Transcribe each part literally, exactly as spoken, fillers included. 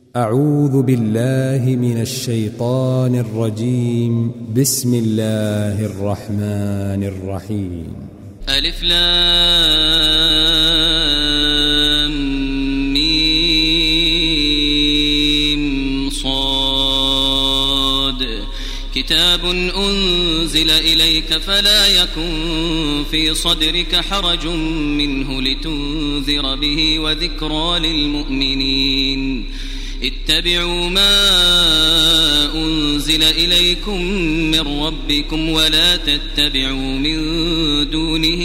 أعوذ بالله من الشيطان الرجيم. بسم الله الرحمن الرحيم. ألف لام ميم صاد. كتاب أنزل إليك فلا يكن في صدرك حرج منه لتنذر به وذكرى للمؤمنين. اتبعوا ما أنزل إليكم من ربكم ولا تتبعوا من دونه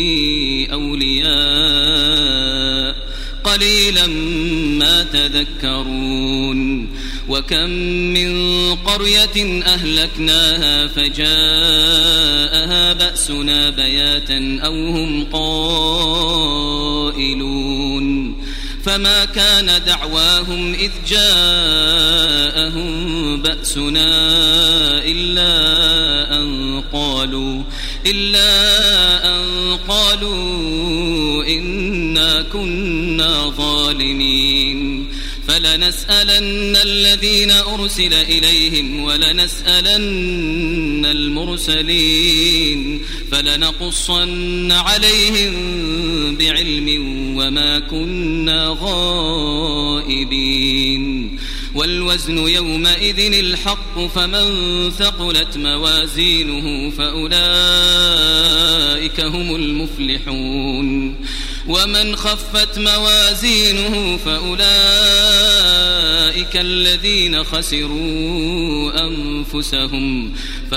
أولياء قليلا ما تذكرون. وكم من قرية أهلكناها فجاءها بأسنا بياتا أو هم قائلون. فما كان دعواهم إذ جاءهم بأسنا إلا أن قالوا إلا أن قالوا إنا كنا ظالمين. فلنسألن الذين أرسل إليهم ولنسألن المرسلين فلنقصن عليهم بعلم وما كنا غائبين. والوزن يومئذ الحق فمن ثقلت موازينه فأولئك هم المفلحون. ومن خفت موازينه فأولئك الذين خسروا أنفسهم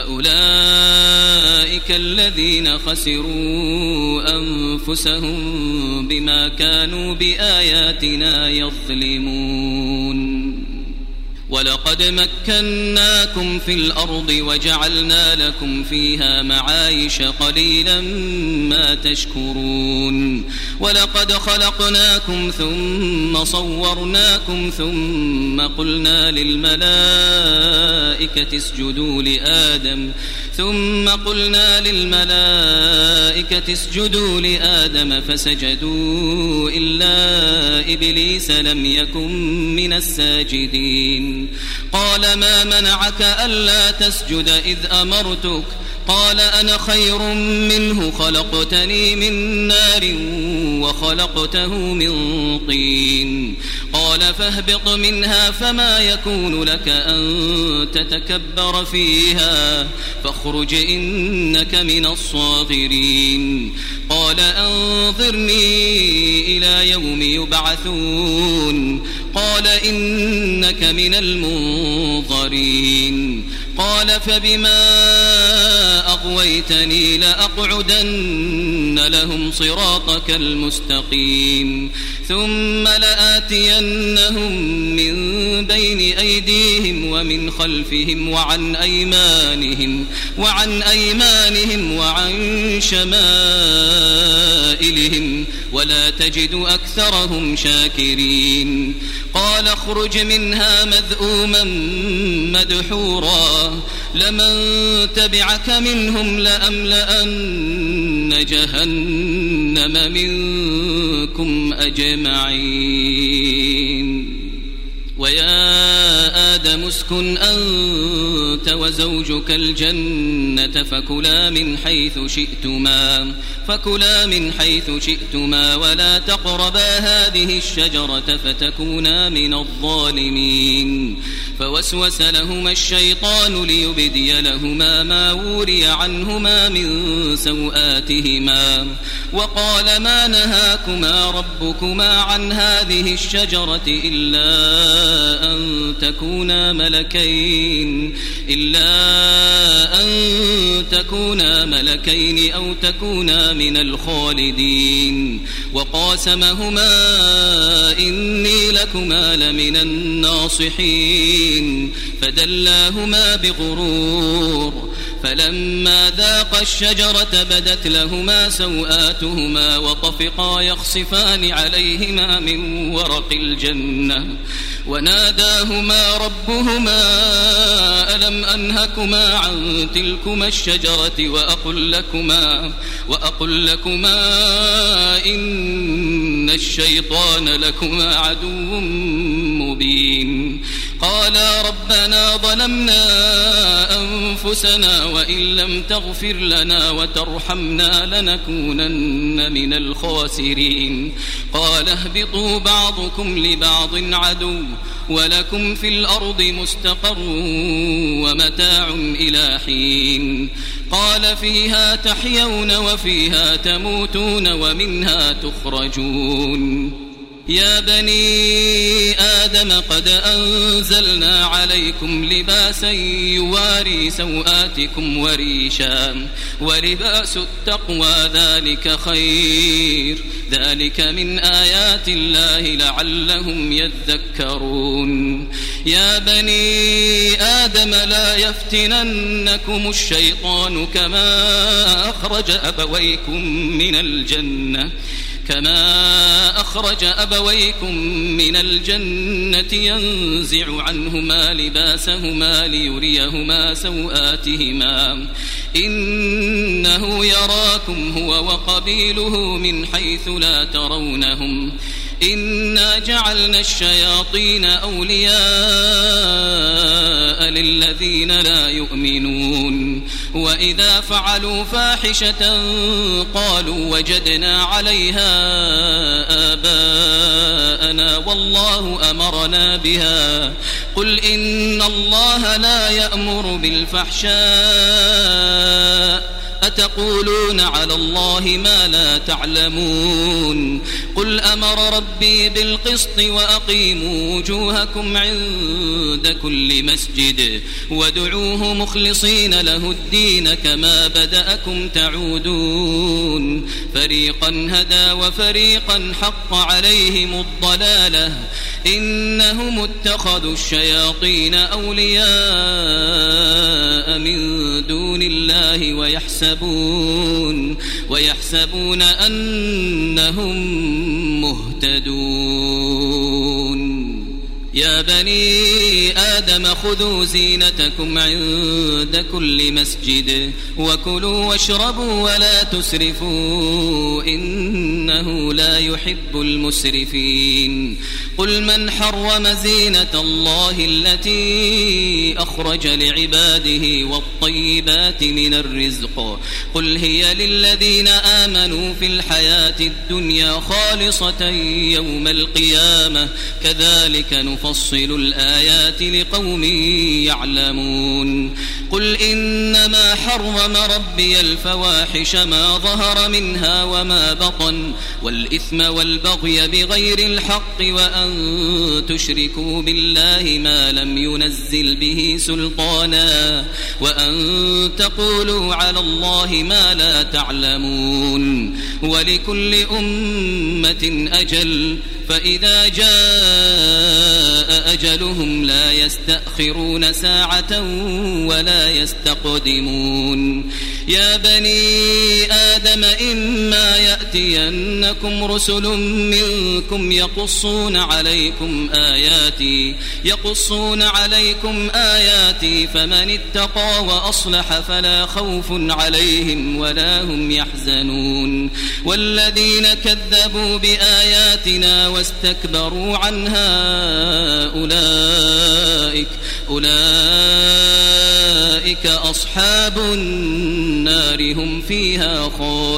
فأولئك الذين خسروا أنفسهم بما كانوا بآياتنا يظلمون. ولقد مكناكم في الأرض وجعلنا لكم فيها معايش قليلا ما تشكرون. ولقد خلقناكم ثم صورناكم ثم قلنا للملائكة اسجدوا لآدم ثم قلنا للملائكة اسجدوا لآدم فسجدوا إلا إبليس لم يكن من الساجدين. قال ما منعك ألا تسجد إذ أمرتك؟ قال أنا خير منه خلقتني من نار وخلقته من طين. قال فاهبط منها فما يكون لك أن تتكبر فيها فاخرج إنك من الصاغرين. قال أنظرني إلى يوم يبعثون. قال إنك من المنظرين. قال فبما أغويتني لأقعدن لهم صراطك المستقيم ثم لآتينهم من بين أيديهم ومن خلفهم وعن أيمانهم وعن أيمانهم وعن شمائلهم ولا تجد أكثرهم شاكرين. قال اخرج منها مذءوما مدحورا لمن تبعك منهم لأملأن جهنم منكم أجمعين. ويا آدم اسكن أنت وزوجك الجنة فكلا من حيث شئتما فكلا من حيث شئتما ولا تقربا هذه الشجرة فتكونا من الظالمين. فوسوس لهما الشيطان ليبدي لهما ما وري عنهما من سوآتهما وقال ما نهاكما ربكما عن هذه الشجرة إلا أن تكونا ملكين إلا أن تكونا ملكين أو تكونا من الخالدين. وقاسمهما إني لكما لمن الناصحين فدلاهما بغرور. فلما ذاقا الشجرة بدت لهما سوآتهما وطفقا يخصفان عليهما من ورق الجنة وناداهما ربهما ألم أنهكما عن تلكما الشجرة وأقل لكما, وأقل لكما إن الشيطان لكما عدو مبين. قالا ربنا ظلمنا أنفسنا وإن لم تغفر لنا وترحمنا لنكونن من الخاسرين. قال اهبطوا بعضكم لبعض عدو ولكم في الأرض مستقر ومتاع إلى حين. قال فيها تحيون وفيها تموتون ومنها تخرجون. يا بني آدم قد أنزلنا عليكم لباسا يواري سوآتكم وريشا ولباس التقوى ذلك خير ذلك من آيات الله لعلهم يذكرون. يا بني آدم لا يفتننكم الشيطان كما أخرج أبويكم من الجنة كما أخرج أبويكم من الجنة ينزع عنهما لباسهما ليريهما سوآتهما إنه يراكم هو وقبيله من حيث لا ترونهم إنا جعلنا الشياطين أولياء للذين لا يؤمنون. وإذا فعلوا فاحشة قالوا وجدنا عليها آباءنا والله أمرنا بها قل إن الله لا يأمر بالفحشاء أتقولون على الله ما لا تعلمون. قل أمر ربي بالقسط وأقيموا وجوهكم عند كل مسجد وادعوه مخلصين له الدين كما بدأكم تعودون. فريقا هدى وفريقا حق عليهم الضلالة إنهم اتخذوا الشياطين أولياء من دون الله ويحسبون, ويحسبون أنهم مهتدون. يا بني آدم خذوا زينتكم عند كل مسجد وكلوا واشربوا ولا تسرفوا إنه لا يحب المسرفين. قل من حرم زينة الله التي أخرج لعباده والطيبات من الرزق قل هي للذين آمنوا في الحياة الدنيا خالصة يوم القيامة كذلك نفصل الآيات لقوم يعلمون. قل إنما حرم ربي الفواحش ما ظهر منها وما بطن والإثم والبغي بغير الحق وأن تشركوا بالله ما لم ينزل به سلطانا وأن تقولوا على الله ما لا تعلمون. ولكل أمة أجل فإذا جاء أجلهم لا يستأخرون ساعة ولا يستقدمون. يا بني آدم إما يأتينكم رسل منكم يقصون عليكم آياتي يقصون عليكم آياتي فمن اتقى وأصلح فلا خوف عليهم ولا هم يحزنون. والذين كذبوا بآياتنا واستكبروا عنها أولئك أولئك أصحاب النار هم فيها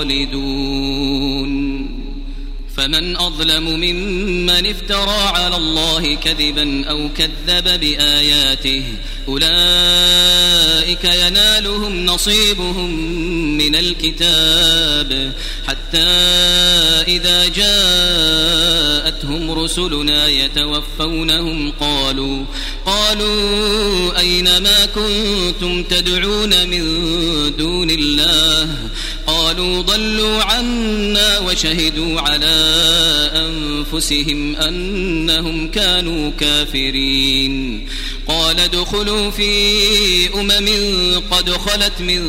خالدون. فمن أظلم ممن افترى على الله كذبا أو كذب بآياته أولئك ينالهم نصيبهم من الكتاب حتى إذا جاءتهم رسلنا يتوفونهم قالوا قالوا أين ما كنتم تدعون من دون الله قالوا ضلوا عنا وشهدوا على أنفسهم أنهم كانوا كافرين. قال ادخلوا في أمم قد خلت من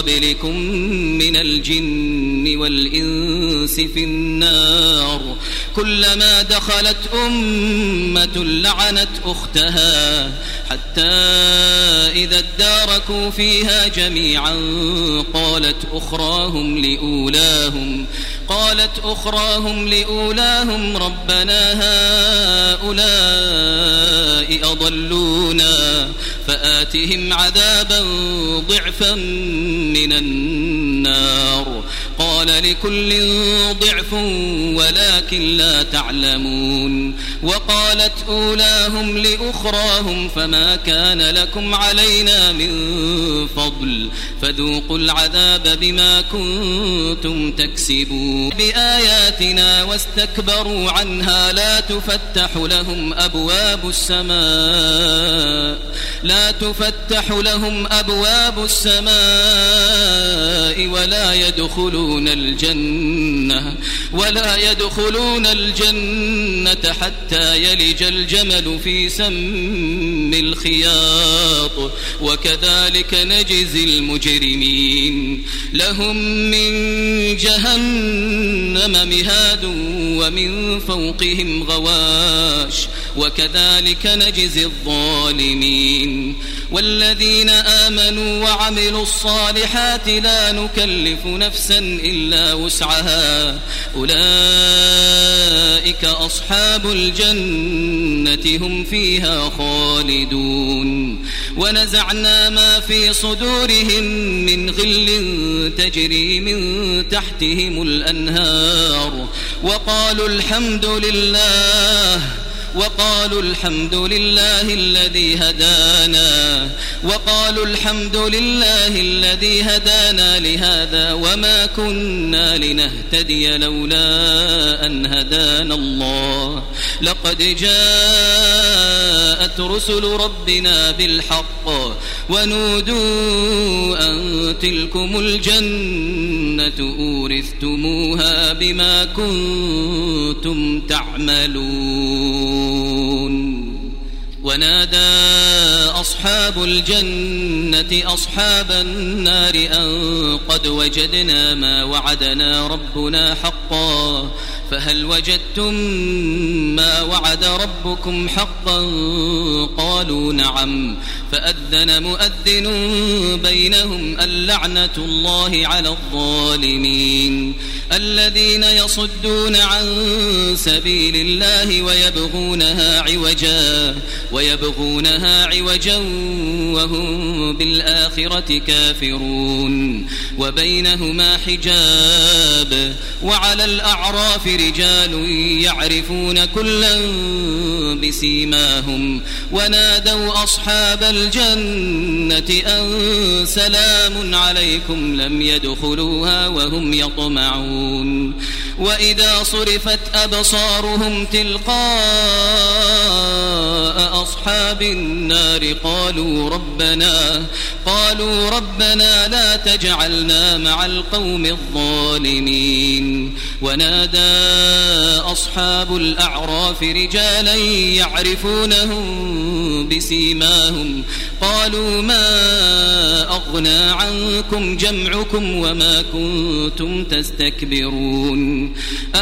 قبلكم من الجن والإنس في النار وكلما دخلت أمة لعنت أختها حتى إذا اداركوا فيها جميعا قالت أخراهم لأولاهم قالت أخراهم لأولاهم ربنا هؤلاء أضلونا فآتهم عذابا ضعفا من النار قال لكل ضعف ولكن لا تعلمون وقالت أولاهم لأخراهم فما كان لكم علينا من فضل فذوقوا العذاب بما كنتم تكسبون بآياتنا واستكبروا عنها لا تفتح لهم أبواب السماء لا تفتح لهم أبواب السماء ولا يدخلون الجنة ولا يدخلون الجنة حتى يلج الجمل في سم الخياط وكذلك نجزي المجرمين لهم من جهنم مهاد ومن فوقهم غواش وكذلك نجزي الظالمين والذين آمنوا وعملوا الصالحات لا نكلف نفسا إلا وسعها أولئك أصحاب الجنة هم فيها خالدون ونزعنا ما في صدورهم من غل تجري من تحتهم الأنهار وقالوا الحمد لله وقالوا الحمد لله الذي هدانا وقالوا الحمد لله الذي هدانا لهذا وما كنا لنهتدي لولا أن هدانا الله لقد جاءت رسل ربنا بالحق ونودوا أن تلكم الجنة أورثتموها بما كنتم تعملون ونادى أصحاب الجنة أصحاب النار أن قد وجدنا ما وعدنا ربنا حقا فهل وجدتم ما وعد ربكم حقا قالوا نعم فأذن مؤذن بينهم اللعنة الله على الظالمين الذين يصدون عن سبيل الله ويبغونها عوجا ويبغونها عوجا وهم بالآخرة كافرون وبينهما حجاب وعلى الأعراف رجال يعرفون كلا بسيماهم ونادوا أصحاب الجنة أن سلام عليكم لم يدخلوها وهم يطمعون وإذا صرفت أبصارهم تلقاء أصحاب النار قالوا ربنا قالوا ربنا لا تجعلنا مع القوم الظالمين ونادى أصحاب الأعراف رجالا يعرفونهم بسيماهم قالوا ما أغنى عنكم جمعكم وما كنتم تستكبرون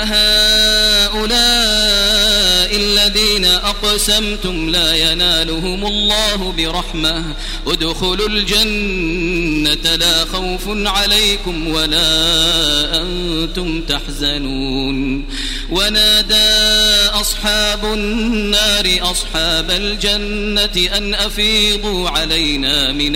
أهؤلاء الذين أقسمتم لا ينالهم الله برحمة ادخلوا الجنة لا خوف عليكم ولا أنتم تحزنون ونادى أصحاب النار أصحاب الجنة أن أفيضوا علينا من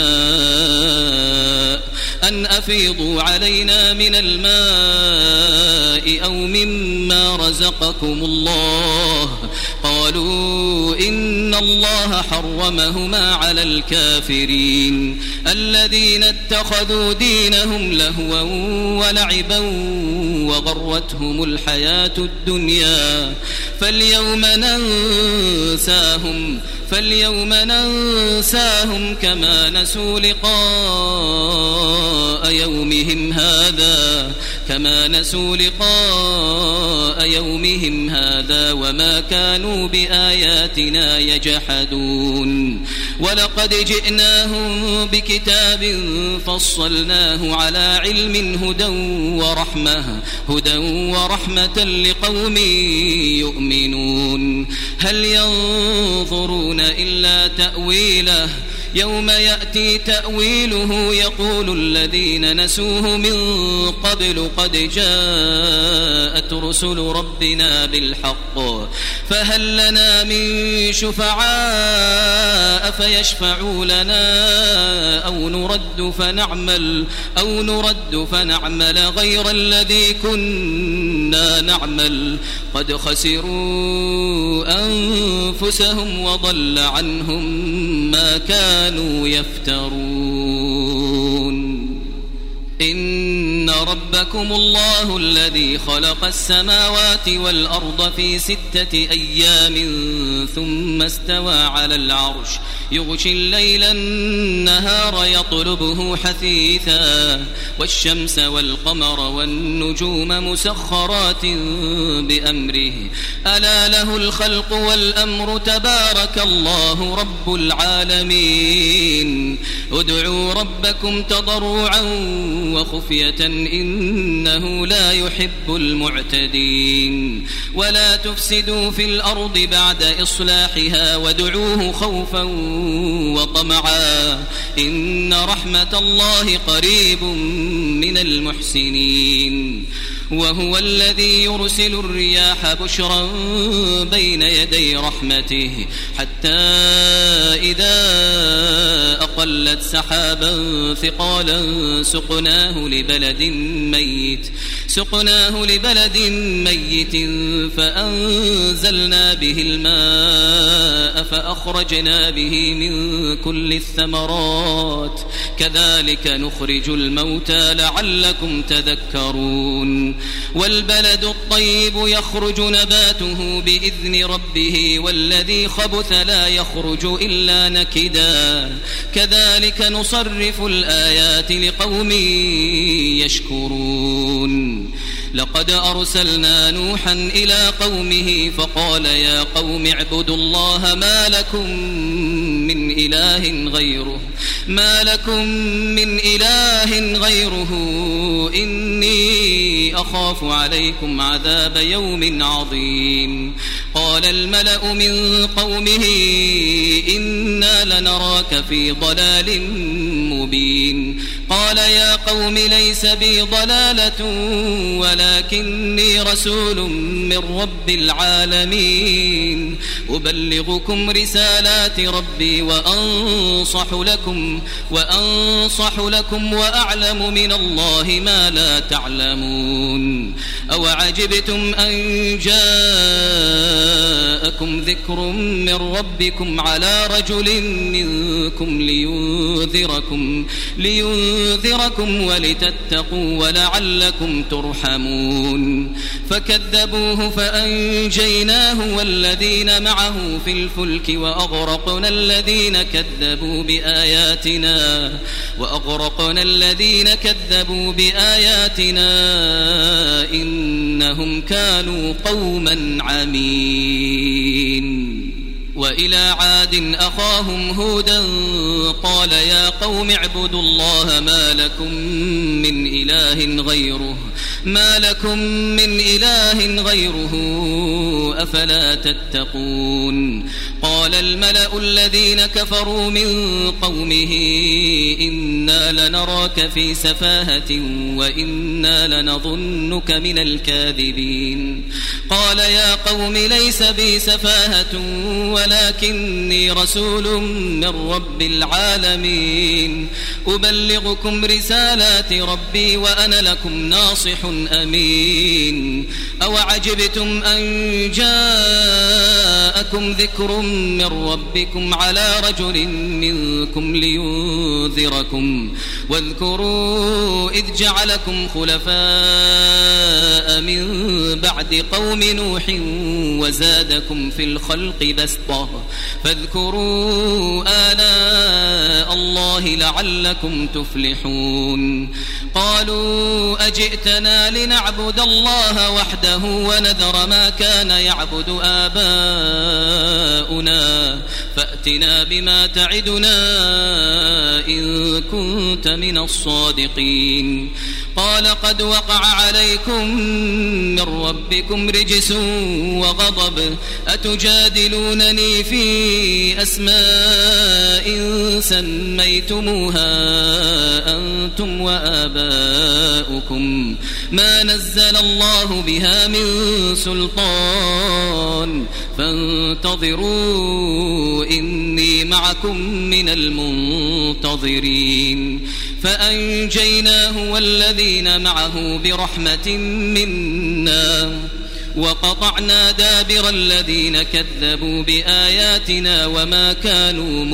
الماء أن أفيضوا علينا من الماء أو مما رزقكم الله قالوا إن الله حرمهما على الكافرين الذين اتخذوا دينهم لهوا ولعبا وغرتهم الحياة الدنيا فاليوم ننساهم فاليوم ننساهم كما نسوا لقاء يومهم هذا كما نسوا لقاء يومهم هذا وما كانوا بآياتنا يجحدون ولقد جئناهم بكتاب فصلناه على علم هدى ورحمة هدى ورحمة لقوم يؤمنون هل ينظرون إلا تأويله يوم يأتي تأويله يقول الذين نسوه من قبل قد جاءت رسل ربنا بالحق فهل لنا من شفعاء فيشفعوا لنا أو نرد فنعمل أو نرد فنعمل غير الذي كنا نعمل قد خسروا أنفسهم وضل عنهم ما كانوا يفترون إن ربكم الله الذي خلق السماوات والأرض في ستة أيام ثم استوى على العرش يغشي الليل النهار يطلبه حثيثا والشمس والقمر والنجوم مسخرات بأمره ألا له الخلق والأمر تبارك الله رب العالمين ادعوا ربكم تضرعا وخفية إنه لا يحب المعتدين ولا تفسدوا في الأرض بعد إصلاحها وادعوه خوفا وطمعا إن رحمة الله قريب من المحسنين وهو الذي يرسل الرياح بشرا بين يدي رحمته حتى إذا أقلت سحابا ثقالا سقناه لبلد ميت سقناه لبلد ميت فأنزلنا به الماء فأخرجنا به من كل الثمرات كذلك نخرج الموتى لعلكم تذكرون والبلد الطيب يخرج نباته بإذن ربه والذي خبث لا يخرج إلا نكدا كذلك نصرف الآيات لقوم يشكرون لقد أرسلنا نوحا إلى قومه فقال يا قوم اعبدوا الله ما لكم من إله غيره ما لكم من إله غيره إني أخاف عليكم عذاب يوم عظيم قال الملأ من قومه إنا لنراك في ضلال مبين قال يا قوم ليس بي ضلالة ولكني رسول من رب العالمين أبلغكم رسالات ربي وأنصح لكم وأنصح لكم وأعلم من الله ما لا تعلمون أو عجبتم أن جاءكم ذكر من ربكم على رجل منكم لينذركم لينذركم ولتتقوا ولعلكم ترحمون فكذبوه فأنجيناه والذين معه في الفلك وأغرقنا الذين كذبوا بآياتنا وأغرقنا الذين كذبوا بآياتنا إنهم كانوا قوما عمين وإلى عاد أخاهم هودا قال يا قوم اعبدوا الله ما لكم من إله غيره ما لكم من إله غيره أفلا تتقون قال الملأ الذين كفروا من قومه إنا لنراك في سفاهة وإنا لنظنك من الكاذبين قال يا قوم ليس بي سفاهة ولكني رسول من رب العالمين أبلغكم رسالات ربي وأنا لكم ناصح أمين أو عجبتم أن جاءكم ذكر من ربكم على رجل منكم لينذركم واذكروا إذ جعلكم خلفاء من بعد قوم نوح وزادكم في الخلق بسطة فاذكروا آلاء الله لعلكم تفلحون قالوا أجئتنا لنعبد الله وحده ونذر ما كان يعبد آباؤنا فأتنا بما تعدنا إن كنت من الصادقين قال قد وقع عليكم من ربكم رجس وغضب أتجادلونني في أسماء سميتموها أنتم وآباؤكم ما نزل الله بها من سلطان فانتظروا إني معكم من المنتظرين فأنجيناه والذين معه برحمة منا وقطعنا دابر الذين كذبوا بآياتنا وما كانوا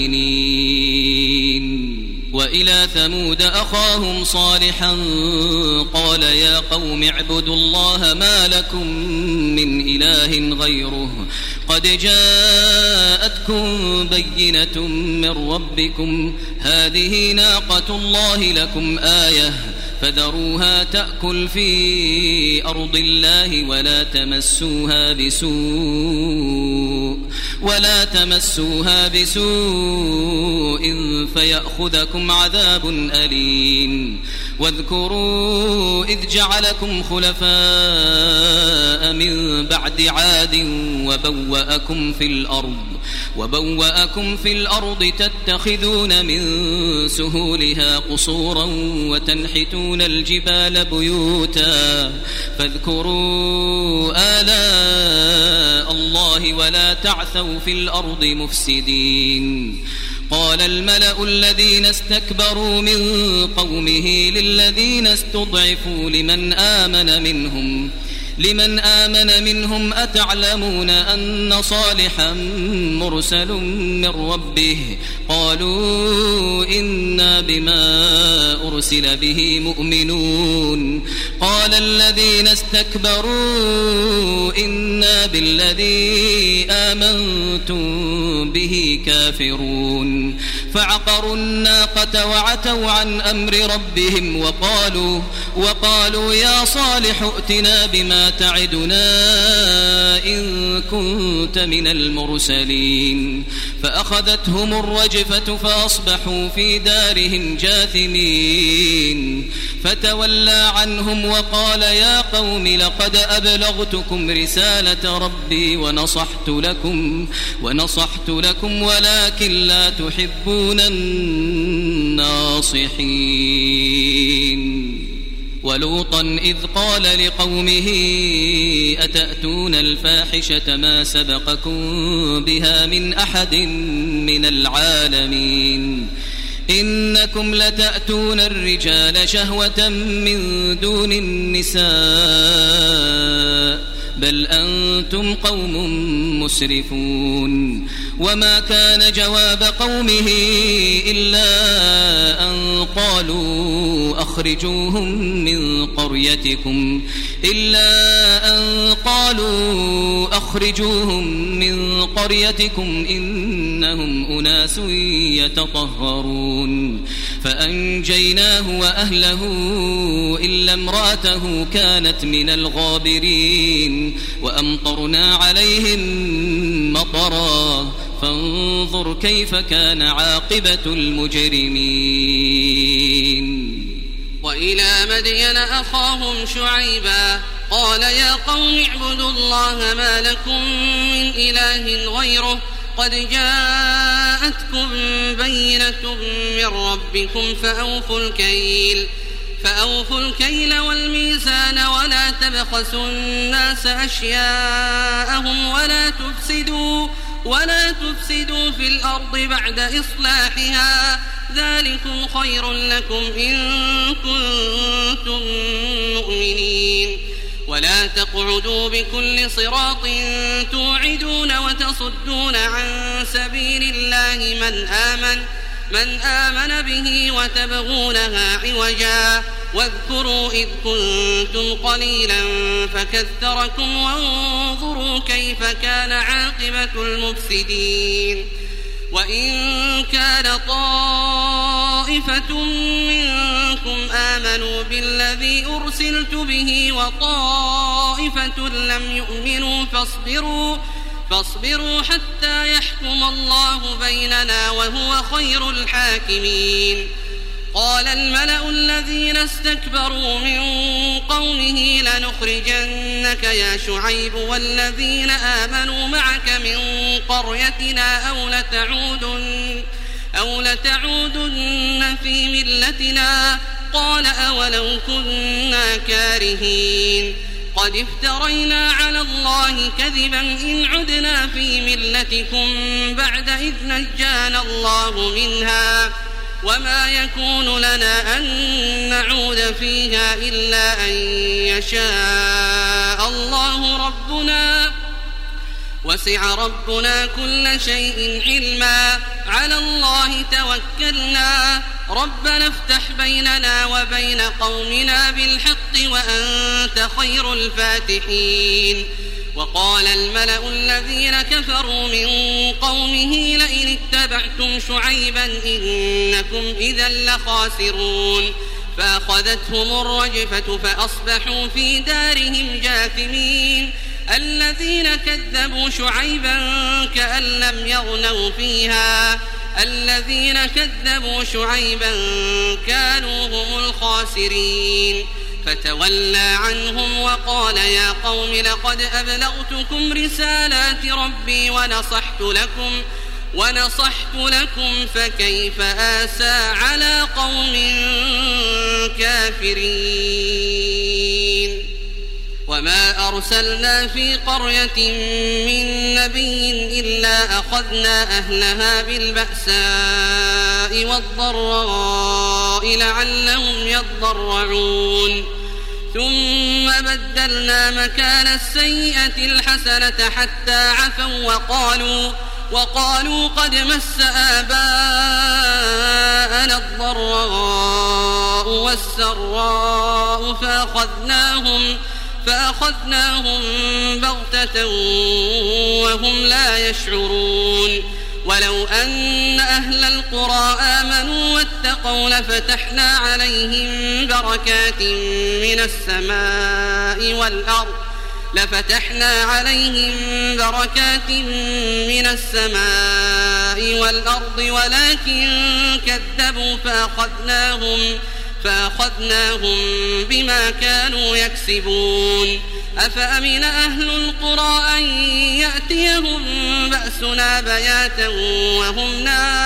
مؤمنين وإلى ثمود أخاهم صالحا قال يا قوم اعبدوا الله ما لكم من إله غيره قد جاءتكم بينة من ربكم هذه ناقة الله لكم آية فذروها تأكل في أرض الله ولا تمسوها بسوء ولا تمسوها بسوء فيأخذكم عذاب أليم واذكروا إذ جعلكم خلفاء من بعد عاد وبوأكم في الأرض وبوأكم في الأرض تتخذون من سهولها قصورا وتنحتون الجبال بيوتا فاذكروا آلاء الله ولا تعثوا في الأرض مفسدين قال الملأ الذين استكبروا من قومه للذين استضعفوا لمن آمن منهم لمن آمن منهم أتعلمون أن صالحا مرسل من ربه قالوا إنا بما أرسل به مؤمنون قال الذين استكبروا إنا بالذي آمنتم به كافرون فعقروا الناقة وعتوا عن أمر ربهم وقالوا وقالوا يا صالح ائتنا بما تعدنا إن كنت من المرسلين فأخذتهم الرجفة فأصبحوا في دارهم جاثمين فتولى عنهم وقال يا قوم لقد أبلغتكم رسالة ربي ونصحت لكم ونصحت لكم ولكن لا تحبون الناصحين ولوطا إذ قال لقومه أتأتون الفاحشة ما سبقكم بها من أحد من العالمين إنكم لتأتون الرجال شهوة من دون النساء بل أنتم قوم مسرفون وما كان جواب قومه إلا أن قالوا أخرجوهم من قريتكم إلا أن قالوا أخرجوهم من قريتكم إنهم أناس يتطهرون فأنجيناه وأهله إلا امرأته كانت من الغابرين وأمطرنا عليهم مطرا فانظر كيف كان عاقبة المجرمين وإلى مدين أخاهم شعيبا قال يا قوم اعبدوا الله ما لكم من إله غيره قد جاءتكم بينة من ربكم فأوفوا الكيل فأوفوا الكيل والميزان ولا تبخسوا الناس أشياءهم ولا تفسدوا ولا تفسدوا في الأرض بعد إصلاحها ذلكم خير لكم إن كنتم مؤمنين ولا تقعدوا بكل صراط توعدون وتصدون عن سبيل الله من آمن من آمن به وتبغونها عوجا واذكروا إذ كنتم قليلا فكثركم وانظروا كيف كان عاقبة المفسدين وإن كان طائفة منكم آمنوا بالذي أرسلت به وطائفة لم يؤمنوا فاصبروا فاصبروا حتى يحكم الله بيننا وهو خير الحاكمين قال الملأ الذين استكبروا من قومه لنخرجنك يا شعيب والذين آمنوا معك من قريتنا أو لتعودن, أو لتعودن في ملتنا قال أولو كنا كارهين قد افترينا على الله كذبا إن عدنا في ملتكم بعد إذ نجانا الله منها وما يكون لنا أن نعود فيها إلا أن يشاء الله ربنا وسع ربنا كل شيء علما على الله توكلنا ربنا افتح بيننا وبين قومنا بالحق وأنت خير الفاتحين وقال الملأ الذين كفروا من قومه لئن اتبعتم شعيبا إنكم إذا لخاسرون فأخذتهم الرجفة فأصبحوا في دارهم جاثمين الذين كذبوا شعيبا كأن لم يغنوا فيها الذين كذبوا شعيبا كانوا هم الخاسرين فتولى عنهم وقال يا قوم لقد أبلغتكم رسالات ربي ونصحت لكم ونصحت لكم فكيف آسى على قوم كافرين وما أرسلنا في قرية من نبي إلا أخذنا أهلها بالبأساء والضراء لعلهم يضرعون ثم بدلنا مكان السيئة الحسنة حتى عفوا وقالوا وقالوا قد مس آباءنا الضراء والسراء فأخذناهم فأخذناهم بغتة وهم لا يشعرون ولو أن أهل القرى آمنوا واتقوا لفتحنا عليهم بركات من السماء والأرض لفتحنا عليهم بركات من السماء والأرض ولكن كذبوا فأخذناهم فأخذناهم بما كانوا يكسبون أفأمن أهل القرى أن يأتيهم بأسنا بياتا وهم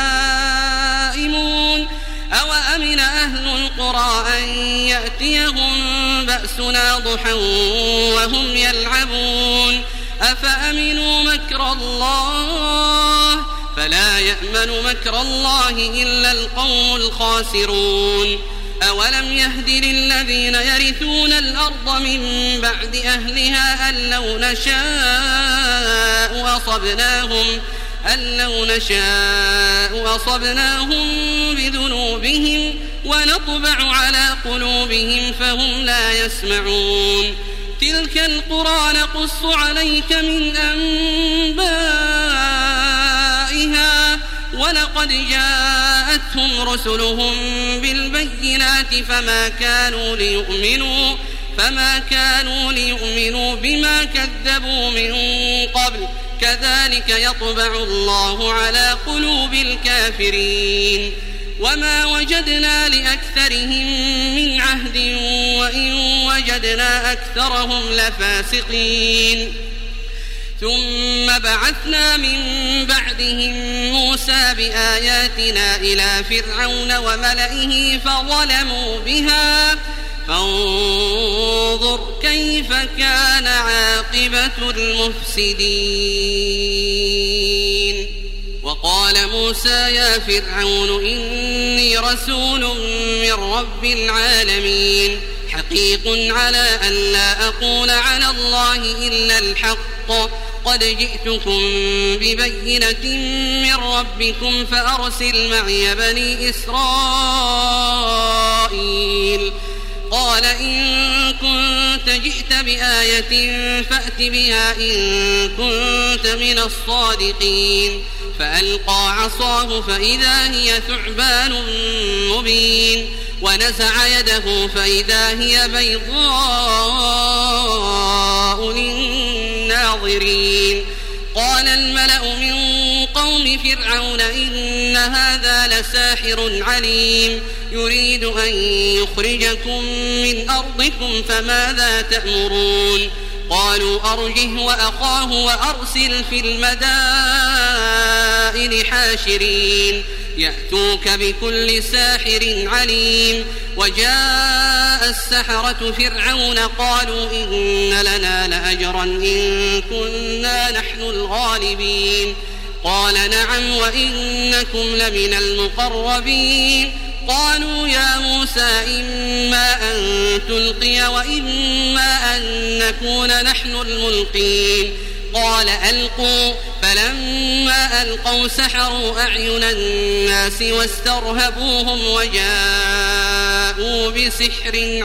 نائمون أو أمن أهل القرى أن يأتيهم بأسنا ضحى وهم يلعبون أفأمنوا مكر الله فلا يأمن مكر الله إلا القوم الخاسرون أولم يهد للذين يرثون الأرض من بعد أهلها أن لو نشاء أصبناهم أن لو نشاء أصبناهم بذنوبهم ونطبع على قلوبهم فهم لا يسمعون تلك القرى نقص عليك من أنبائها ولقد جاءتهم رسلهم بالبينات فما كانوا ليؤمنوا فما كانوا ليؤمنوا بما كذبوا من قبل كذلك يطبع الله على قلوب الكافرين وما وجدنا لأكثرهم من عهد وإن وجدنا أكثرهم لفاسقين ثم بعثنا من بعدهم موسى بآياتنا إلى فرعون وملئه فظلموا بها فانظر كيف كان عاقبة المفسدين وقال موسى يا فرعون إني رسول من رب العالمين حقيق على أن لا أقول على الله إلا الحق قد جئتكم ببينة من ربكم فأرسل معي بني إسرائيل قال إن كنت جئت بآية فأت بها إن كنت من الصادقين فألقى عصاه فإذا هي ثعبان مبين ونزع يده فإذا هي بيضاء للناظرين قال الملأ من قوم فرعون إن هذا لساحر عليم يريد أن يخرجكم من أرضكم فماذا تأمرون قالوا أرجه وأخاه وأرسل في المدائن حاشرين يأتوك بكل ساحر عليم وجاء السحرة فرعون قالوا إن لنا لأجرا إن كنا نحن الغالبين قال نعم وإنكم لمن المقربين قالوا يا موسى إما أن تلقي وإما أن نكون نحن الملقين قال ألقوا فلما ألقوا سحروا أعين الناس واسترهبوهم وجاءوا بسحر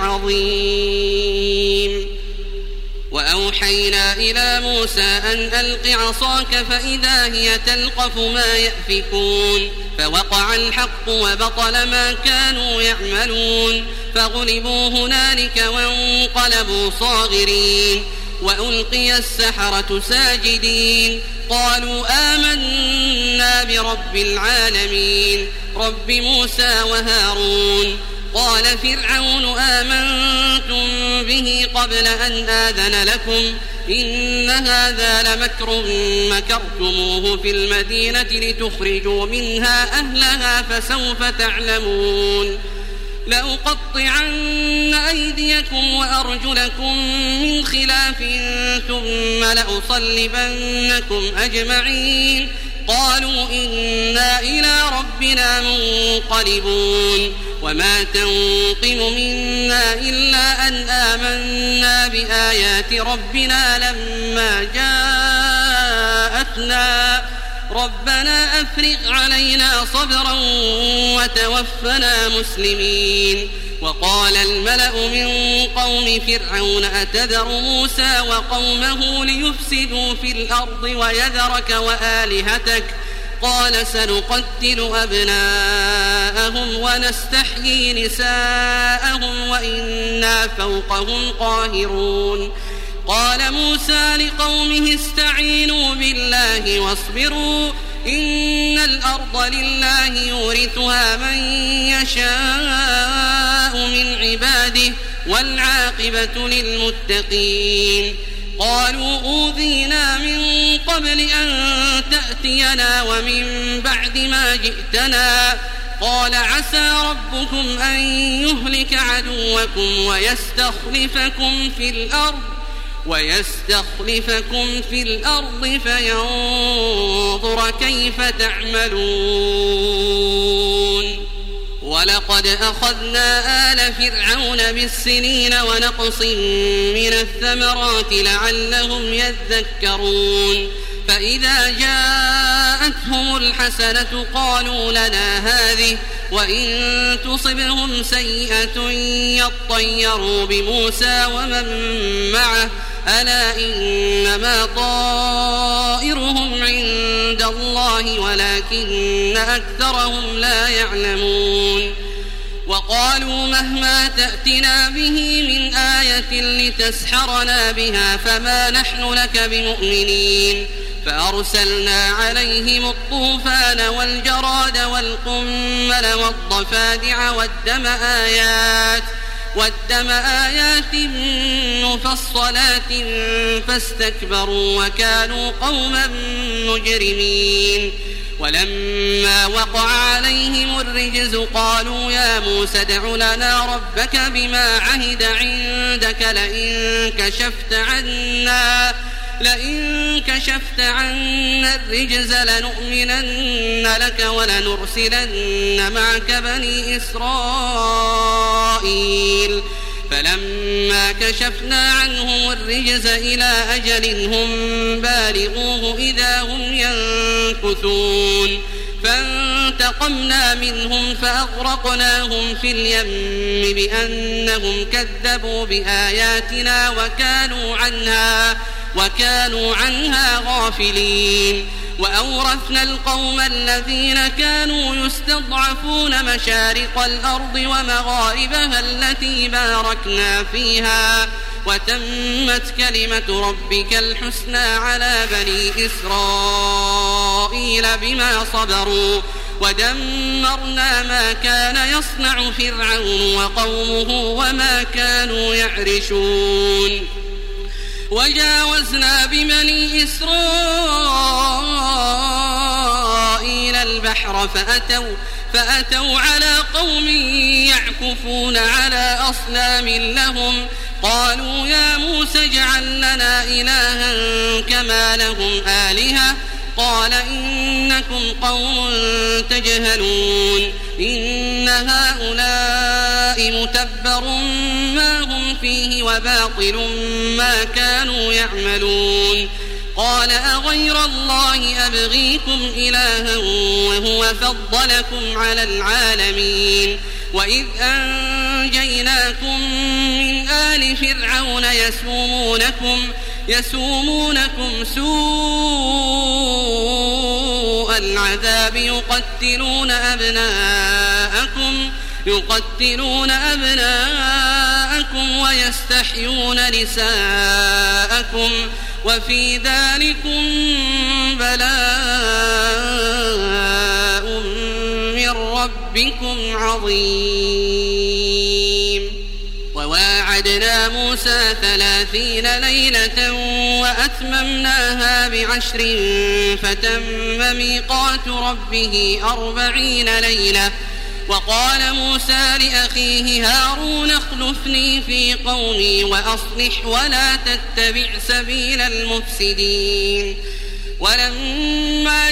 عظيم وأوحينا إلى موسى أن ألق عصاك فإذا هي تلقف ما يأفكون فوقع الحق وبطل ما كانوا يعملون فغلبوا هنالك وانقلبوا صاغرين وألقي السحرة ساجدين قالوا آمنا برب العالمين رب موسى وهارون قال فرعون آمنتم به قبل أن آذن لكم إن هذا لمكر مكرتموه في المدينة لتخرجوا منها أهلها فسوف تعلمون لأقطعن أيديكم وأرجلكم من خلاف ثم لأصلبنكم أجمعين قالوا إنا إلى ربنا منقلبون وما تنقم منا إلا أن آمنا بآيات ربنا لما جاءتنا ربنا أفرغ علينا صبرا وتوفنا مسلمين وقال الملأ من قوم فرعون أتذر موسى وقومه ليفسدوا في الأرض ويذرك وآلهتك قال سنقتل أبناءهم ونستحيي نساءهم وإنا فوقهم قاهرون قال موسى لقومه استعينوا بالله واصبروا إن الأرض لله يورثها من يشاء من عباده والعاقبة للمتقين قالوا أوذينا من قبل أن تأتينا ومن بعد ما جئتنا قال عسى ربكم أن يهلك عدوكم ويستخلفكم في الأرض ويستخلفكم في الأرض فينظر كيف تعملون ولقد أخذنا آل فرعون بالسنين ونقص من الثمرات لعلهم يذكرون فإذا جاءتهم الحسنة قالوا لنا هذه وإن تصبهم سيئة يطيروا بموسى ومن معه ألا إنما طائرهم عند الله ولكن أكثرهم لا يعلمون وقالوا مهما تأتنا به من آية لتسحرنا بها فما نحن لك بمؤمنين فأرسلنا عليهم الطوفان والجراد والقمل والضفادع والدم آيات والدم آيات مفصلات فاستكبروا وكانوا قوما مجرمين ولما وقع عليهم الرجز قالوا يا موسى ادع لنا ربك بما عهد عندك لئن كشفت عنا لئن كشفت عنا الرجز لنؤمنن لك ولنرسلن معك بني إسرائيل فلما كشفنا عنهم الرجز إلى أجل هم بالغوه إذا هم ينكثون فانتقمنا فانتقمنا منهم فأغرقناهم في اليم بأنهم كذبوا بآياتنا وكانوا عنها وكانوا عنها غافلين. وأورثنا القوم الذين كانوا يستضعفون مشارق الأرض ومغاربها التي باركنا فيها وتمت كلمة ربك الحسنى على بني إسرائيل بما صبروا ودمرنا ما كان يصنع فرعون وقومه وما كانوا يعرشون. وجاوزنا ببني إسرائيل البحر فأتوا, فأتوا على قوم يعكفون على أصنام لهم قالوا يا موسى اجعل لنا إلها كما لهم آلهة قال إنكم قوم تجهلون إن هؤلاء متبر ما هم فيه وباطل ما كانوا يعملون. قال أغير الله أبغيكم إلها وهو فضلكم على العالمين. وإذ أنجيناكم من آل فرعون يسومونكم يسومونكم سوء العذاب يقتلون أبناءكم يقتلون أبناءكم ويستحيون نساءكم وفي ذلكم بلاء من ربكم عظيم. وواعدنا موسى ثلاثين ليلة وأتممناها بعشر فتم ميقات ربه أربعين ليلة. وقال موسى لأخيه هارون اخلفني في قومي وأصلح ولا تتبع سبيل المفسدين. ولما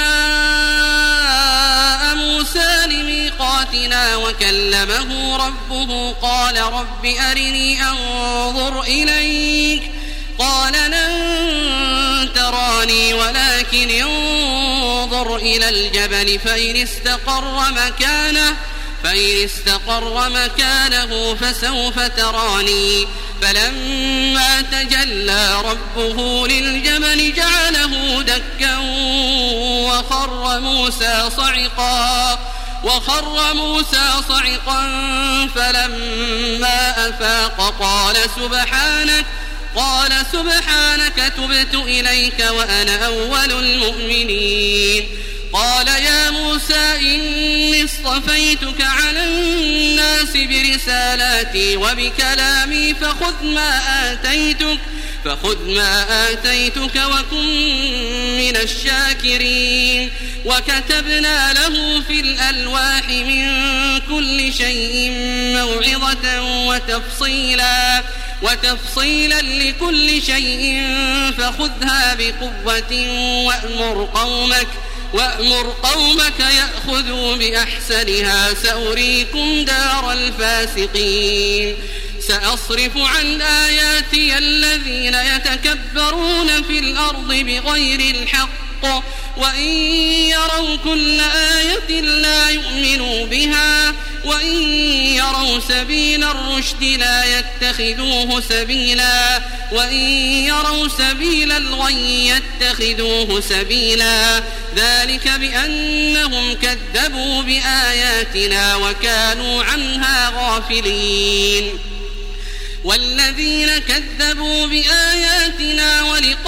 جاء موسى لميقاتنا وكلمه ربه قال رب أرني أنظر إليك قال لن تراني ولكن انظر إلى الجبل فإن استقر مكانه فإن استقر مكانه فسوف تراني. فلما تجلى ربه للجبل جعله دكا وخر موسى صعقا وخر موسى صعقا فلما أفاق قال سبحانك قال سبحانك تبت إليك وأنا أول المؤمنين. قال يا موسى إني اصطفيتك على الناس برسالاتي وبكلامي فخذ ما آتيتك فخذ ما آتيتك وكن من الشاكرين. وكتبنا له في الألواح من كل شيء موعظة وتفصيلا وتفصيلا لكل شيء فخذها بقوة وأمر قومك وأمر قومك يأخذوا بأحسنها سأريكم دار الفاسقين. سأصرف عن آياتي الذين يتكبرون في الأرض بغير الحق وإن يروا كل آية لا يؤمنوا بها وإن يروا سبيل الرشد لا يتخذوه سبيلا وإن يروا سبيل الغي يتخذوه سبيلا. ذلك بأنهم كذبوا بآياتنا وكانوا عنها غافلين. والذين كذبوا بآياتنا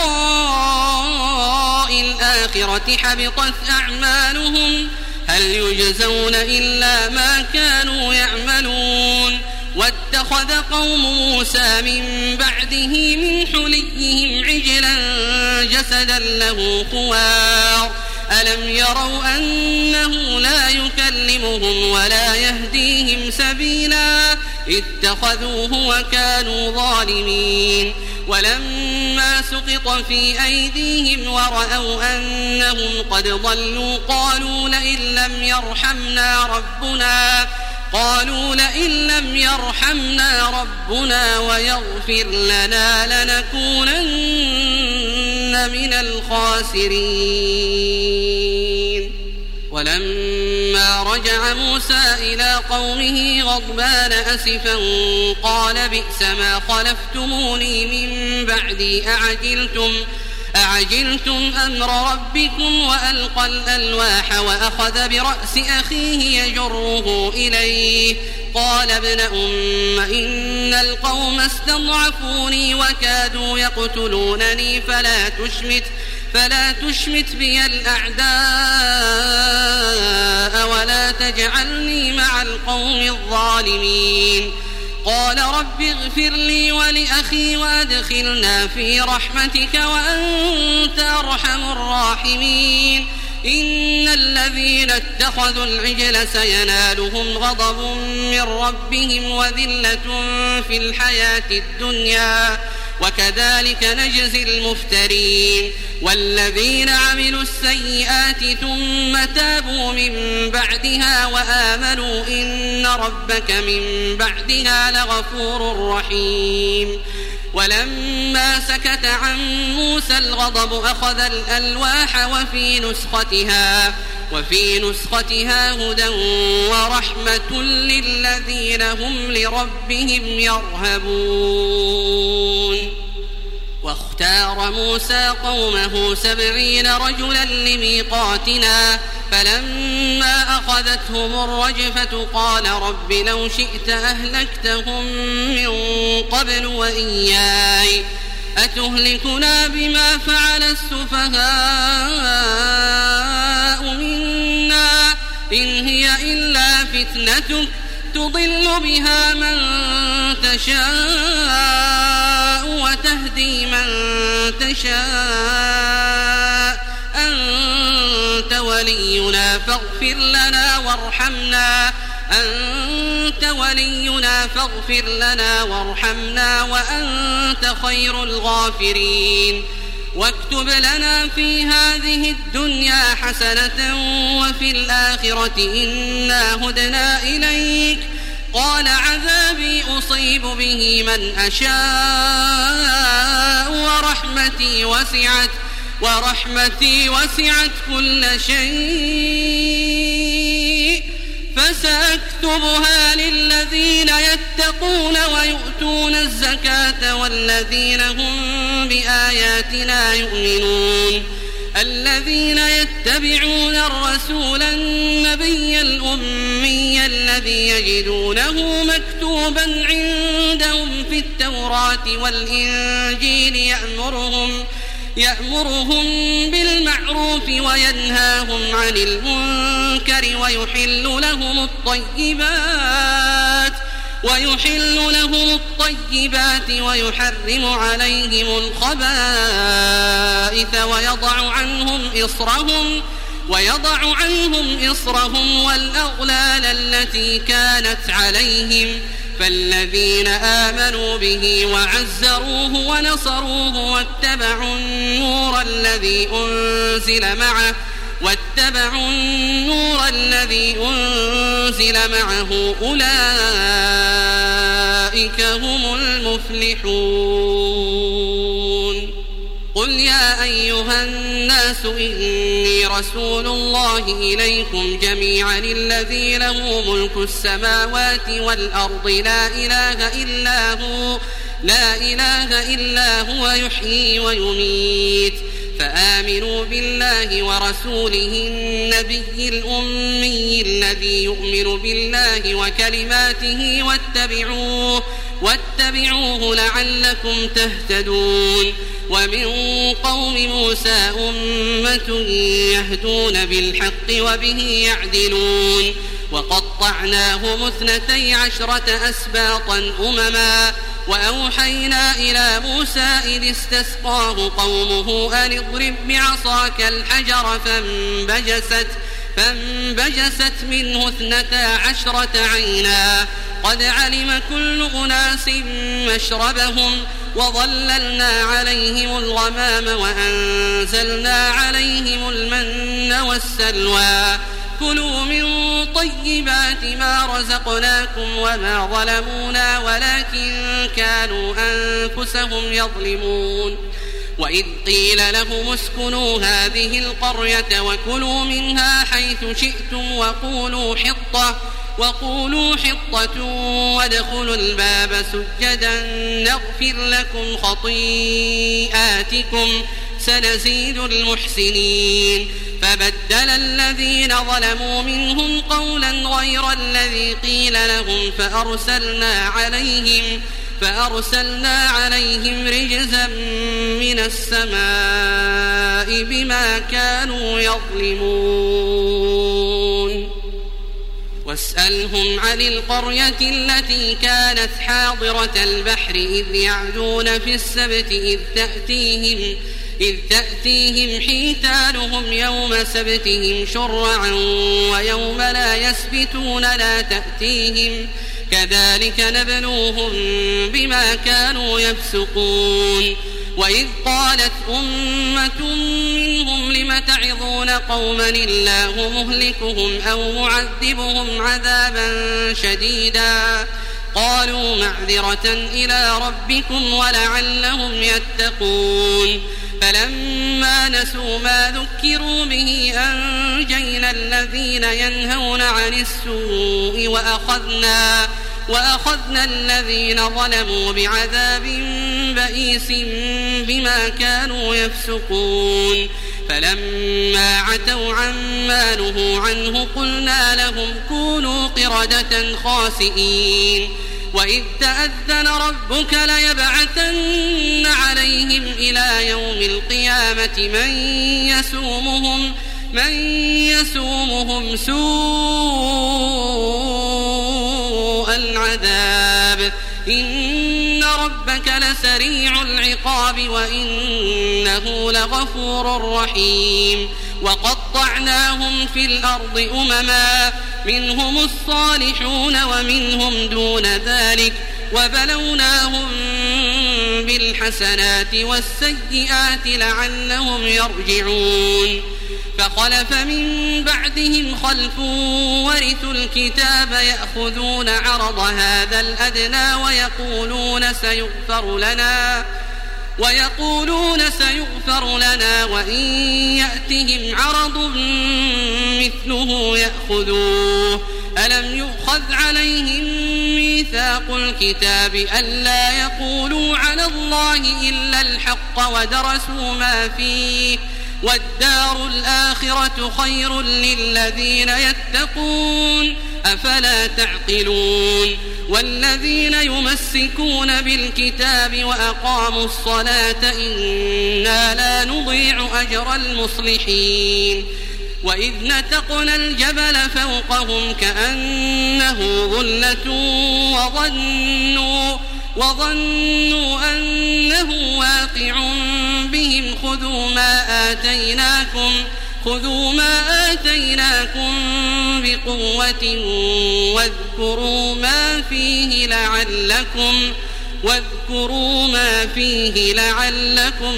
ولقاء الآخرة حبطت أعمالهم هل يجزون إلا ما كانوا يعملون. واتخذ قوم موسى من بعده من حليهم عجلا جسدا له خوار ألم يروا أنه لا يكلمهم ولا يهديهم سبيلا اتخذوه وكانوا ظالمين. ولما سقط في أيديهم ورأوا أنهم قد ضلوا قالوا لئن لم يرحمنا ربنا قالوا لئن لم يرحمنا ربنا ويغفر لنا لنكونن من الخاسرين. ولما رجع موسى إلى قومه غضبان أسفا قال بئس ما خلفتموني من بعدي أعجلتم, أعجلتم أمر ربكم وألقى الألواح وأخذ برأس أخيه يجره إليه قال ابن أم إن القوم استضعفوني وكادوا يقتلونني فلا تشمت فلا تشمت بي الأعداء ولا تجعلني مع القوم الظالمين قال رب اغفر لي ولأخي وأدخلنا في رحمتك وأنت أرحم الراحمين إن الذين اتخذوا العجل سينالهم غضب من ربهم وذلة في الحياة الدنيا وكذلك نجزي المفترين والذين عملوا السيئات ثم تابوا من بعدها وآمنوا إن ربك من بعدها لغفور رحيم ولما سكت عن موسى الغضب أخذ الألواح وفي نسختها وفي نسختها هدى ورحمة للذين هم لربهم يرهبون واختار موسى قومه سبعين رجلا لميقاتنا فلما أخذتهم الرجفة قال رب لو شئت أهلكتهم من قبل وإياي أتهلكنا بما فعل السفهاء منا إن هي إلا فتنتك تضل بها من تشاء وتهدي من تشاء أنت ولينا فاغفر لنا وارحمنا أنت ولينا فاغفر لنا وارحمنا وأنت خير الغافرين واكتب لنا في هذه الدنيا حسنة وفي الآخرة إنا هدنا إليك قال عذابي أصيب به من أشاء ورحمتي وسعت ورحمتي وسعت كل شيء فسأكتبها للذين يتقون ويؤتون الزكاة والذين هم بآياتنا يؤمنون الذين يتبعون الرسول النبي الأمي الذي يجدونه مكتوبا عندهم في التوراة والإنجيل يأمرهم يأمرهم بالمعروف وينهاهم عن المنكر ويحل لهم الطيبات ويحل لهم الطيبات ويحرم عليهم الخبائث ويضع عنهم إصرهم ويضع عنهم إصرهم والأغلال التي كانت عليهم فالذين آمنوا به وعزروه ونصروه واتبعوا النور الذي أنزل معه واتبعوا النور الذي أنزل معه أولئك هم المفلحون قل يا أيها الناس إني رسول الله إليكم جميعا الذي له ملك السماوات والأرض لا إله إلا هو لا إله إلا هو يحيي ويميت فآمنوا بالله ورسوله النبي الأمي الذي يؤمن بالله وكلماته واتبعوه واتبعوه لعلكم تهتدون ومن قوم موسى أمة يهدون بالحق وبه يعدلون وقطعناهم اثنتي عشرة أسباطا أمما وأوحينا إلى موسى إذ استسقاه قومه أن اضرب بعصاك الحجر فانبجست, فانبجست منه اثنتا عشرة عينا قد علم كل أناس مشربهم وظللنا عليهم الغمام وأنزلنا عليهم المن والسلوى كلوا من طيبات ما رزقناكم وما ظلمونا ولكن كانوا أنفسهم يظلمون وإذ قيل لهم اسكنوا هذه القرية وكلوا منها حيث شئتم وقولوا حطة وقولوا حطة وادخلوا الباب سجدا نغفر لكم خطيئاتكم سنزيد المحسنين فبدل الذين ظلموا منهم قولا غير الذي قيل لهم فأرسلنا عليهم فأرسلنا عليهم رجزا من السماء بما كانوا يظلمون واسألهم عن القرية التي كانت حاضرة البحر إذ يعدون في السبت إذ تأتيهم إذ تأتيهم حيتانهم يوم سبتهم شرعا ويوم لا يسبتون لا تأتيهم كذلك نبلوهم بما كانوا يفسقون وإذ قالت أمة منهم لم تعظون قوما الله مهلكهم أو معذبهم عذابا شديدا قالوا معذرة إلى ربكم ولعلهم يتقون فلما نسوا ما ذكروا به أنجينا الذين ينهون عن السوء وأخذنا وأخذنا الذين ظلموا بعذاب بئيس بما كانوا يفسقون فلما عتوا عما نهوا عنه قلنا لهم كونوا قردة خاسئين وإذ تأذن ربك ليبعثن عليهم إلى يوم القيامة من يسومهم من يسومهم سوء العذاب إن ربك لسريع العقاب وإنه لغفور رحيم وقطعناهم في الأرض أمما منهم الصالحون ومنهم دون ذلك وبلوناهم بالحسنات والسيئات لعلهم يرجعون فخلف من بعدهم خلف ورثوا الكتاب يأخذون عرض هذا الأدنى ويقولون سيغفر لنا ويقولون سيغفر لنا وإن يأتهم عرض مثله يأخذوه ألم يؤخذ عليهم ميثاق الكتاب ألا يقولوا على الله إلا الحق ودرسوا ما فيه والدار الآخرة خير للذين يتقون أفلا تعقلون والذين يمسكون بالكتاب وأقاموا الصلاة إنا لا نضيع أجر المصلحين وإذ نتقنا الجبل فوقهم كأنه ظلة وظنوا وظنوا أنه واقع بهم خذوا ما آتيناكم خذوا ما آتيناكم بقوة واذكروا ما فيه لعلكم واذكروا ما فيه لعلكم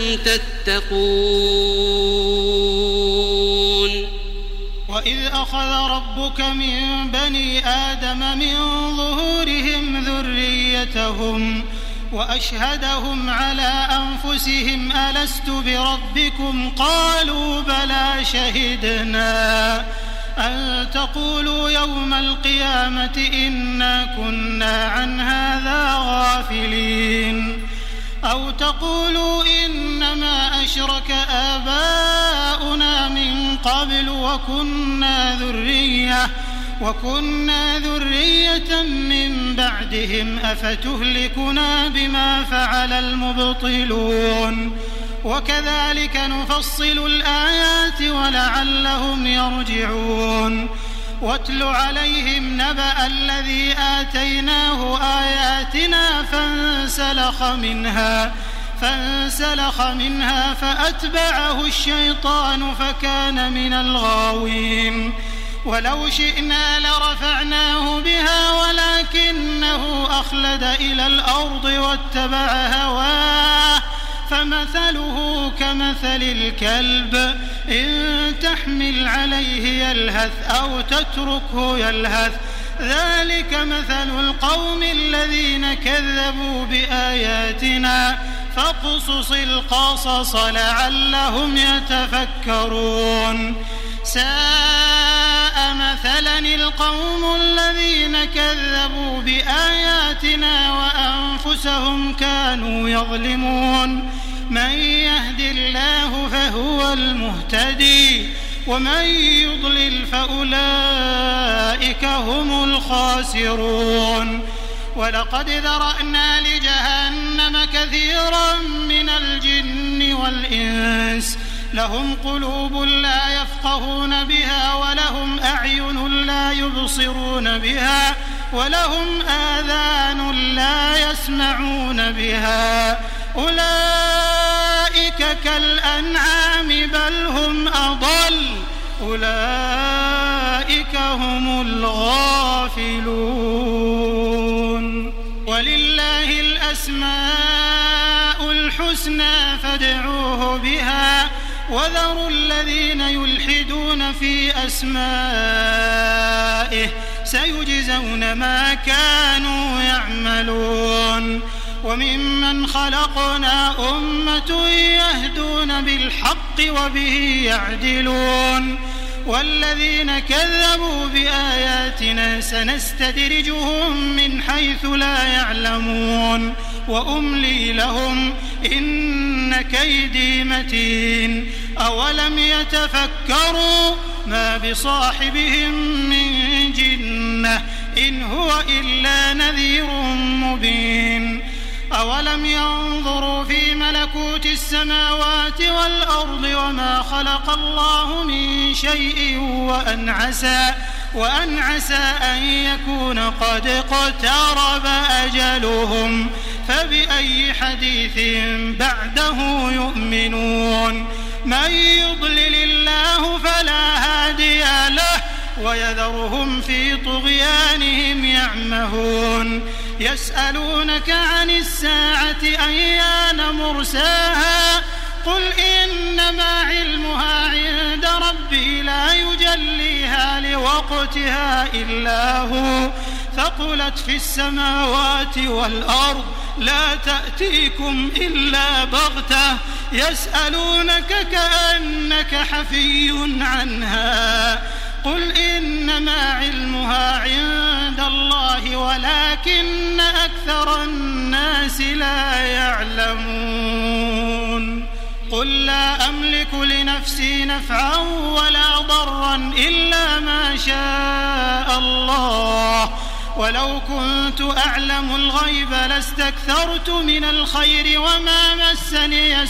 تتقون وإذ أخذ ربك من بني آدم من ظهورهم ذريتهم وأشهدهم على أنفسهم ألست بربكم قالوا بلى شهدنا أن تقولوا يوم القيامة إنا كنا عن هذا غافلين أو تقولوا إنما أشرك آباؤنا من قبل وكنا ذرية وكنا ذرية من بعدهم أفتهلكنا بما فعل المبطلون وكذلك نفصل الآيات ولعلهم يرجعون واتل عليهم نبأ الذي آتيناه آياتنا فانسلخ منها فانسلخ منها فأتبعه الشيطان فكان من الغاوين ولو شئنا لرفعناه بها ولكنه أخلد إلى الأرض واتبع هواه فمثله كمثل الكلب إن تحمل عليه يلهث أو تتركه يلهث ذلك مثل القوم الذين كذبوا بآياتنا فاقصص القصص لعلهم يتفكرون ساء مثلا القوم الذين كذبوا بآياتنا وأنفسهم كانوا يظلمون من يهد الله فهو المهتدي ومن يضلل فأولئك هم الخاسرون ولقد ذرأنا لجهنم كثيرا من الجن والإنس لهم قلوب لا يفقهون بها ولهم أعين لا يبصرون بها ولهم آذان لا يسمعون بها أولئك كالأنعام بل هم أضل أولئك هم الغافلون ولله الأسماء الحسنى فادعوه بها وذروا الذين يلحدون في أسمائه سيجزون ما كانوا يعملون وممن خلقنا أمة يهدون بالحق وبه يعدلون والذين كذبوا بآياتنا سنستدرجهم من حيث لا يعلمون وأملي لهم إن كيدي متين أولم يتفكروا ما بصاحبهم من جنة إن هو إلا نذير مبين أولم ينظروا في ملكوت السماوات والأرض وما خلق الله من شيء وأن عسى وأن عسى أن يكون قد اقترب أجلهم فبأي حديث بعده يؤمنون من يضلل الله فلا هادي له ويذرهم في طغيانهم يعمهون يسألونك عن الساعة أيان مرساها قل إنما علمها عند ربي لا يجليها لوقتها إلا هو ثقلت في السماوات والأرض لا تأتيكم إلا بغتة يسألونك كأنك حفي عنها قل إنما علمها عند الله ولكن أكثر الناس لا يعلمون قل لا أملك لنفسي نفعا ولا ضرا إلا ما شاء الله ولو كنت أعلم الغيب لاستكثرت من الخير وما مسني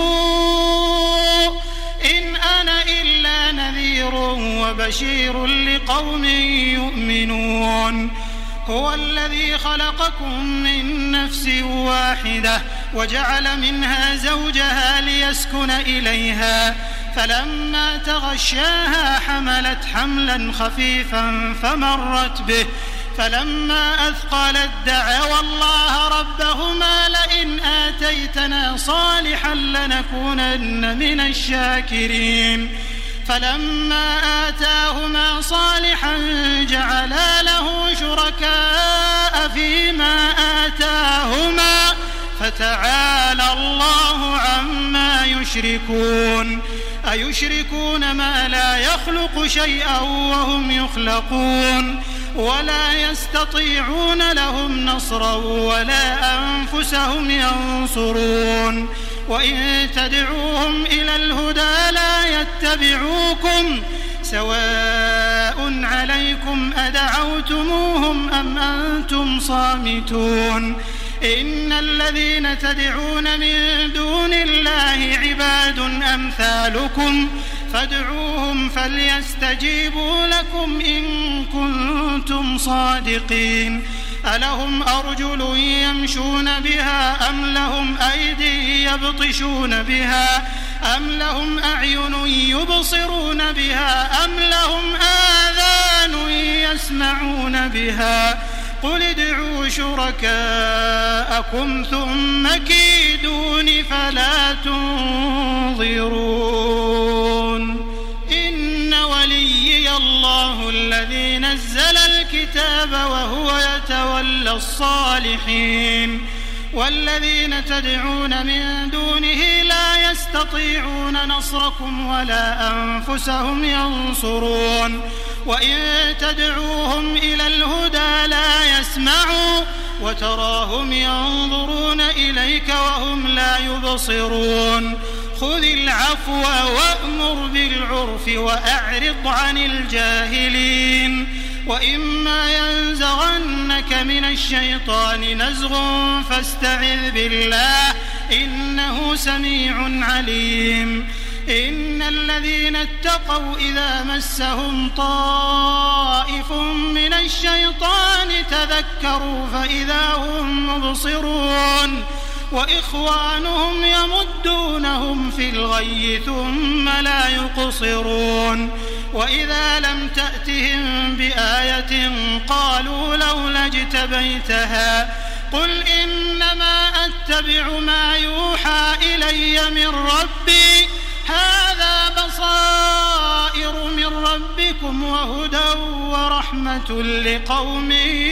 السوء إن أنا إلا نذير وبشير لقوم يؤمنون هو الذي خلقكم من نفس واحدة وجعل منها زوجها ليسكن إليها فلما تغشاها حملت حملا خفيفا فمرت به فلما أثقلت دعوا الله ربهما لئن آتيتنا صالحا لنكونن من الشاكرين فلما آتاهما صالحا جعلا له شركاء فيما آتاهما فتعالى الله عما يشركون أيشركون ما لا يخلق شيئا وهم يخلقون ولا يستطيعون لهم نصرا ولا أنفسهم ينصرون وإن تدعوهم إلى الهدى لا يتبعوكم سواء عليكم أدعوتموهم أم أنتم صامتون إن الذين تدعون من دون الله عباد أمثالكم فادعوهم فليستجيبوا لكم إن كنتم صادقين ألهم أرجل يمشون بها أم لهم أيدي يبطشون بها أم لهم أعين يبصرون بها أم لهم آذان يسمعون بها قل ادعوا شركاءكم ثم كيدون فلا تنظرون إن وليي الله الذي نزل الكتاب وهو يتولى الصالحين والذين تدعون من دونه لا يستطيعون نصركم ولا أنفسهم ينصرون وإن تدعوهم إلى الهدى لا يسمعوا وتراهم ينظرون إليك وهم لا يبصرون خذ العفو وأمر بالعرف وأعرض عن الجاهلين وإما ينزغنك من الشيطان نزغ فاستعذ بالله إنه سميع عليم إن الذين اتقوا إذا مسهم طائف من الشيطان تذكروا فإذا هم مبصرون وإخوانهم يمدونهم في الغي ثم لا يقصرون وإذا لم تأتهم بآية قالوا لولا اجتبيتها قل إنما أتبع ما يوحى إلي من ربي هذا بصائر من ربكم وهدى ورحمة لقوم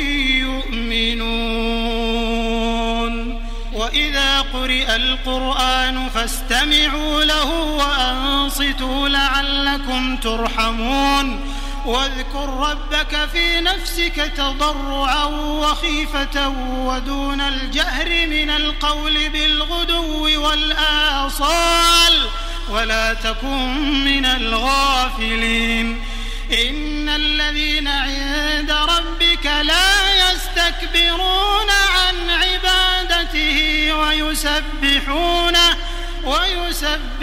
يؤمنون وإذا قرئ القرآن فاستمعوا له وأنصتوا لعلكم ترحمون واذكر ربك في نفسك تضرعا وخيفة ودون الجهر من القول بالغدو والآصال ولا تكن من الغافلين إن الذين عند ربك لا يستكبرون عن عبادته ويسبحونه ويسبحونه وله يسجدون.